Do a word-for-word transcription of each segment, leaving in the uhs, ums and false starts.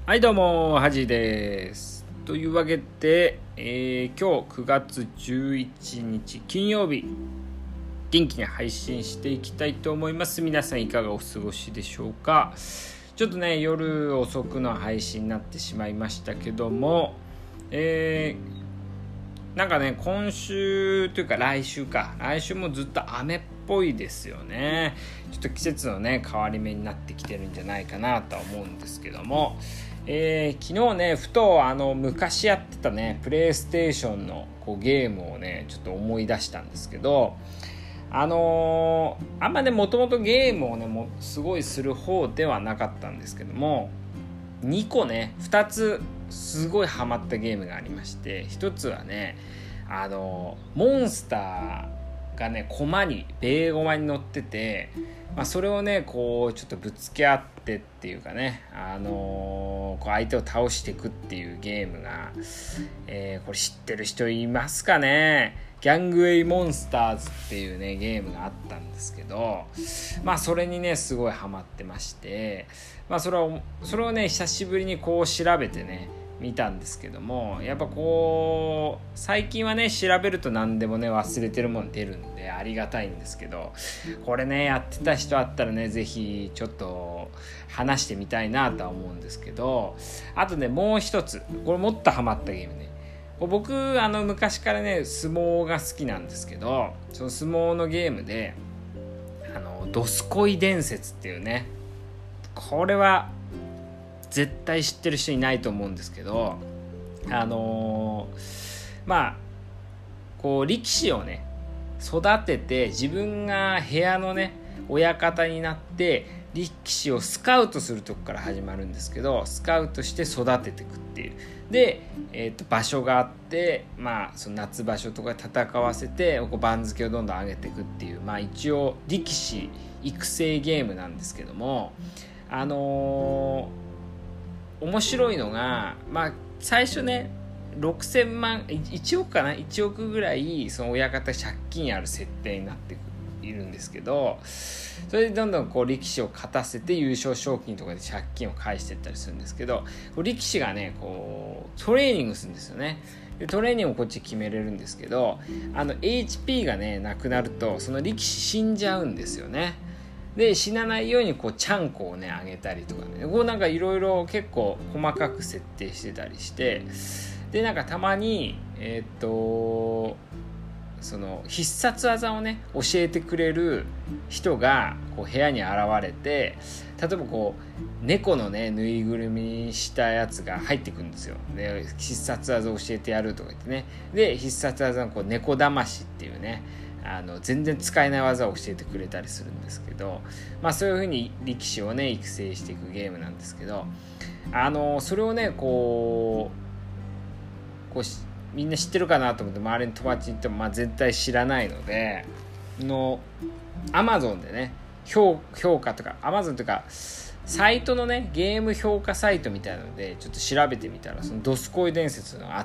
はいどうもはじです。というわけで、えー、今日くがつじゅういちにち金曜日、元気に配信していきたいと思います。皆さんいかがお過ごしでしょうか。ちょっとね夜遅くの配信になってしまいましたけども、えー、なんかね今週というか来週か来週もずっと雨っぽいですよね。ちょっと季節のね変わり目になってきてるんじゃないかなとは思うんですけども、えー、昨日ねふとあの昔やってたねプレイステーションのこうゲームをねちょっと思い出したんですけど、あのー、あんまねもともとゲームをねもすごいする方ではなかったんですけども、にこねふたつすごいハマったゲームがありまして、ひとつはねあのー、モンスターがね駒にベーゴマに乗ってて、まあ、それをねこうちょっとぶつけ合ってっていうかね、あのー、こう相手を倒していくっていうゲームが、えー、これ知ってる人いますかね。ギャングウェイモンスターズっていうねゲームがあったんですけど、まあそれにねすごいハマってまして、まあそれをそれをね久しぶりにこう調べてね見たんですけども、やっぱこう最近はね調べると何でもね忘れてるもの出るんでありがたいんですけど、これねやってた人あったらねぜひちょっと話してみたいなとは思うんですけど、あとねもう一つこれもっとハマったゲームね、僕あの昔からね相撲が好きなんですけど、その相撲のゲームであのドスコイ伝説っていうね、これは絶対知ってる人いないと思うんですけど、あのー、まあこう力士をね育てて自分が部屋のね親方になって力士をスカウトするとこから始まるんですけど、スカウトして育てていくっていうで、えー、と場所があって、まあ、その夏場所とかで戦わせてこう番付をどんどん上げていくっていう、まあ、一応力士育成ゲームなんですけども、あのー面白いのが、まあ、最初ねろくせんまんいちおくかないちおくぐらいその親方借金ある設定になっているんですけど、それでどんどんこう力士を勝たせて優勝賞金とかで借金を返していったりするんですけど、力士がねこうトレーニングするんですよね。でトレーニングをこっち決めれるんですけど、あの エイチピー がねなくなるとその力士死んじゃうんですよね。で死なないようにこうチャンコをね上げたりとかね、こうなんかいろいろ結構細かく設定してたりして、でなんかたまにえー、っとその必殺技をね教えてくれる人がこう部屋に現れて、例えばこう猫のねぬいぐるみにしたやつが入ってくるんですよ。で必殺技を教えてやるとか言ってね、で必殺技のこう猫だましっていうねあの全然使えない技を教えてくれたりするんですけど、まあそういう風に力士をね育成していくゲームなんですけど、あのそれをねこうこうみんな知ってるかなと思って周りに友達に言ってもまあ絶対知らないので、の Amazon でね 評, 評価とか Amazon とかサイトのねゲーム評価サイトみたいなのでちょっと調べてみたら、そのドスコイ伝説があって、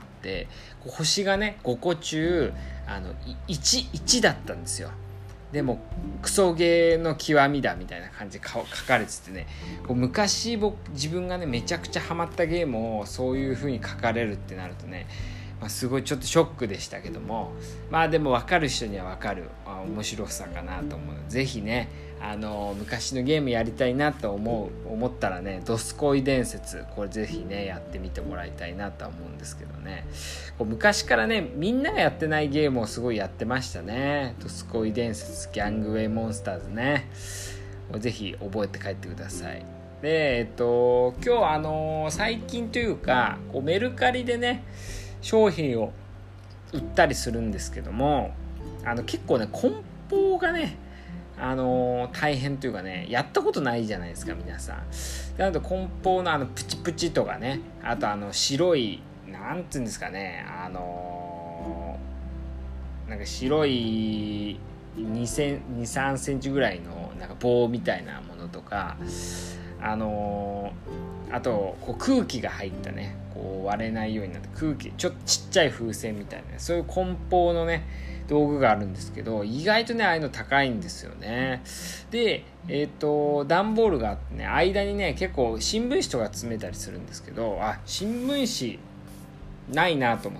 星がねごこ中あの 1, 1だったんですよ。でもクソゲーの極みだみたいな感じで書かれててね、こう昔僕自分がねめちゃくちゃハマったゲームをそういう風に書かれるってなるとね、まあ、すごいちょっとショックでしたけども、まあでも分かる人には分かる面白さかなと思うので、ぜひねあの昔のゲームやりたいなと思う思ったらねドスコイ伝説これぜひねやってみてもらいたいなと思うんですけどね、こう昔からねみんながやってないゲームをすごいやってましたね。ドスコイ伝説ギャングウェイモンスターズね、ぜひ覚えて帰ってください。でえっと今日あの最近というかこうメルカリでね商品を売ったりするんですけども、あの結構ね梱包がねあのー、大変というかねやったことないじゃないですか皆さん。なので梱包のあのプチプチとかね、あとあの白いなんていうんですかね、あのー、なんか白いに、さんセンチぐらいのなんか棒みたいなものとか、 あのー、あとこう空気が入ったねこう割れないようになって空気ちょっとちっちゃい風船みたいな、ね、そういう梱包のね道具があるんですけど、意外とねああいうの高いんですよね。でえっ、ー、と段ボールがあってね、間にね結構新聞紙とか詰めたりするんですけど、あ新聞紙ないなと思って、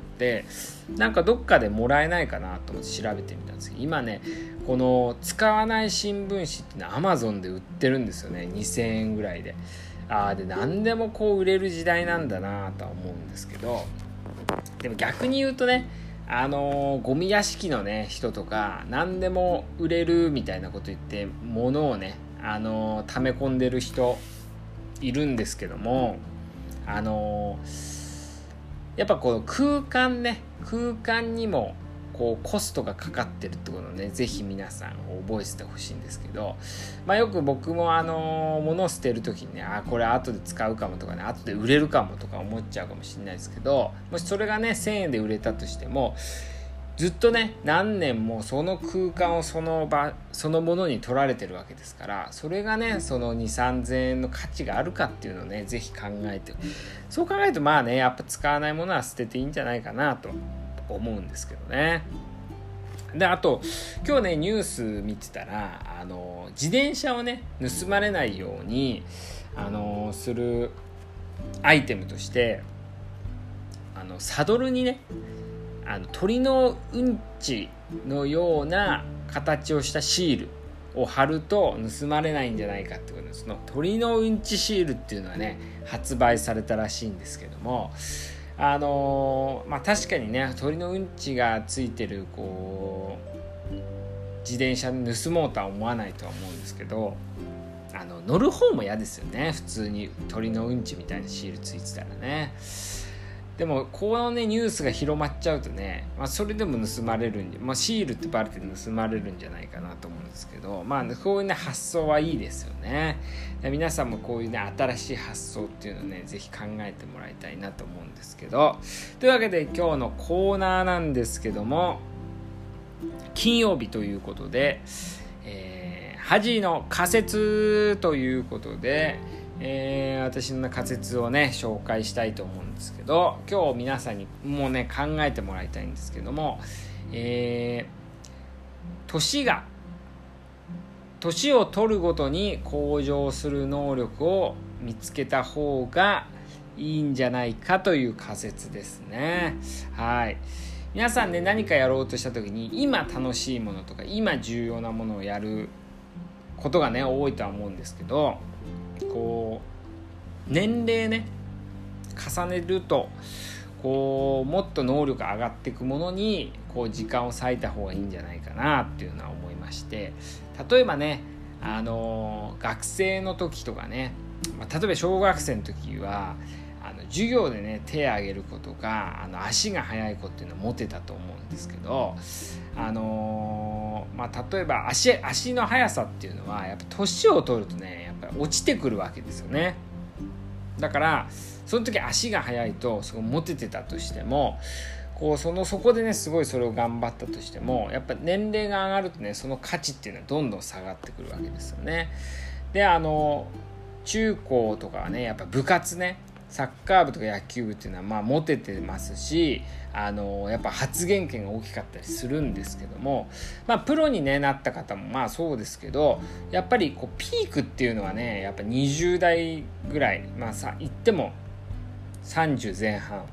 なんかどっかでもらえないかなと思って調べてみたんですけど、今ねこの使わない新聞紙ってね Amazon で売ってるんですよね。にせんえんぐらいで。あで何でもこう売れる時代なんだなとは思うんですけど、でも逆に言うとね、あのー、ゴミ屋敷のね人とか何でも売れるみたいなこと言って物をね、あのー、溜め込んでる人いるんですけども、あのーやっぱこの空間ね空間にもこうコストがかかってるってことをねぜひ皆さん覚えててほしいんですけど、まあよく僕もあの物を捨てる時にね、あこれ後で使うかもとかね、後で売れるかもとか思っちゃうかもしれないですけど、もしそれがねせんえんで売れたとしてもずっとね何年もその空間をその場そのものに取られてるわけですから、それがねそのにせんさんぜんえんの価値があるかっていうのをねぜひ考えて、そう考えるとまあねやっぱ使わないものは捨てていいんじゃないかなと思うんですけどね。であと今日ねニュース見てたら、あの自転車をね盗まれないようにあのするアイテムとして、あのサドルにねあの鳥のうんちのような形をしたシールを貼ると盗まれないんじゃないかってことです。その鳥のうんちシールっていうのはね発売されたらしいんですけども、あのー、まあ確かにね鳥のうんちがついてるこう自転車盗もうとは思わないとは思うんですけど、あの乗る方も嫌ですよね。普通に鳥のうんちみたいなシールついてたらね。でもこのねニュースが広まっちゃうとね、まあ、それでも盗まれるんで、まあ、シールってバレて盗まれるんじゃないかなと思うんですけど、まあこういうね発想はいいですよね。皆さんもこういうね新しい発想っていうのをねぜひ考えてもらいたいなと思うんですけど、というわけで今日のコーナーなんですけども、金曜日ということで、えー、ハジの仮説ということで、えー、私の仮説をね紹介したいと思うんですけど、今日皆さんにもうね考えてもらいたいんですけども、えー、年が年を取るごとに向上する能力を見つけた方がいいんじゃないかという仮説ですね。はい、皆さんね何かやろうとした時に今楽しいものとか今重要なものをやることがね多いとは思うんですけど、こう年齢ね重ねるとこうもっと能力が上がっていくものにこう時間を割いた方がいいんじゃないかなっていうのは思いまして、例えばねあの学生の時とかね、まあ、例えば小学生の時はあの授業でね手を挙げる子とかあの足が速い子っていうのはモテたと思うんですけど、あのーまあ、例えば 足, 足の速さっていうのはやっぱ年を取るとねやっぱり落ちてくるわけですよね。だからその時足が速いとすごいモテてたとしても、こうそのそこでねすごいそれを頑張ったとしても、やっぱ年齢が上がるとねその価値っていうのはどんどん下がってくるわけですよね。であの中高とかはねやっぱ部活ねサッカー部とか野球部っていうのはまあモテてますし、あのやっぱ発言権が大きかったりするんですけども、まあプロに、ね、なった方もまあそうですけど、やっぱりこうピークっていうのはねやっぱにじゅう代ぐらい、まあさ言ってもさんじゅう前半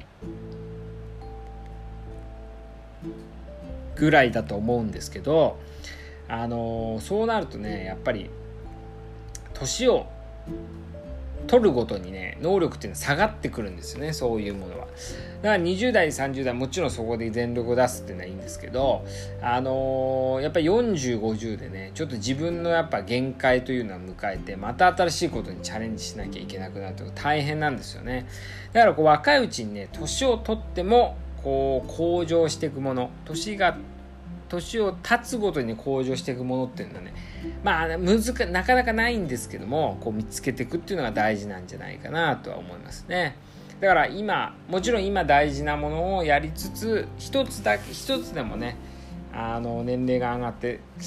ぐらいだと思うんですけど、あのそうなるとねやっぱり年を取るごとにね能力っていうのは下がってくるんですよね。そういうものはだからにじゅう代さんじゅう代もちろんそこで全力を出すっていうのはいいんですけど、あのー、やっぱりよんじゅう、ごじゅうでねちょっと自分のやっぱ限界というのを迎えてまた新しいことにチャレンジしなきゃいけなくなると大変なんですよね。だからこう若いうちにね年を取ってもこう向上していくもの、年が年を経つごとに向上していくものっていうのはね、まあ難かなかなかないんですけども、こう見つけていくっていうのが大事なんじゃないかなとは思いますね。だから今もちろん今大事なものをやりつつ、一つだけ一つでもねあの年齢が上がって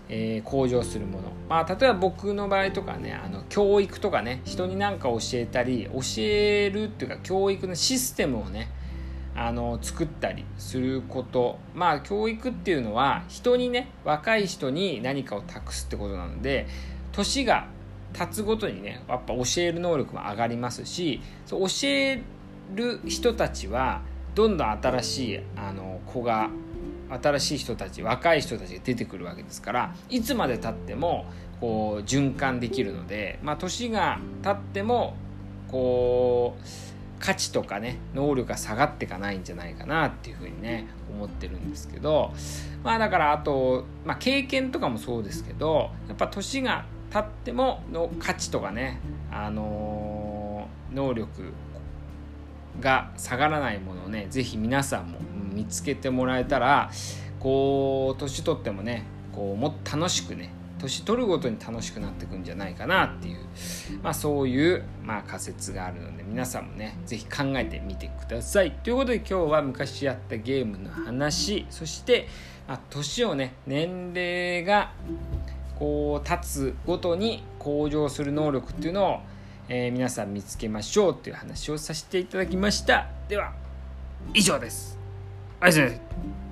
えー、向上するもの、まあ、例えば僕の場合とかね、あの教育とかね、人に何か教えたり、教えるっていうか教育のシステムをね、あの作ったりすること。まあ教育っていうのは人にね、若い人に何かを託すってことなので、年が経つごとにね、やっぱ教える能力も上がりますし、そう教える人たちはどんどん新しいあの子が新しい人たち、若い人たちが出てくるわけですから、いつまで経ってもこう循環できるので、まあ年が経ってもこう価値とかね、能力が下がっていかないんじゃないかなっていうふうにね思ってるんですけど、まあだからあと、まあ、経験とかもそうですけど、やっぱ年が経ってもの価値とかね、あのー、能力が下がらないものをね、ぜひ皆さんも見つけてもらえたら、こう年取ってもね、こうもっと楽しくね、年取るごとに楽しくなっていくんじゃないかなっていう、まあそういう、まあ、仮説があるので、皆さんもねぜひ考えてみてください。ということで、今日は昔やったゲームの話、そして、まあ、年をね、年齢がこう経つごとに向上する能力っていうのを、えー、皆さん見つけましょうという話をさせていただきました。では以上です。ありがとうございます。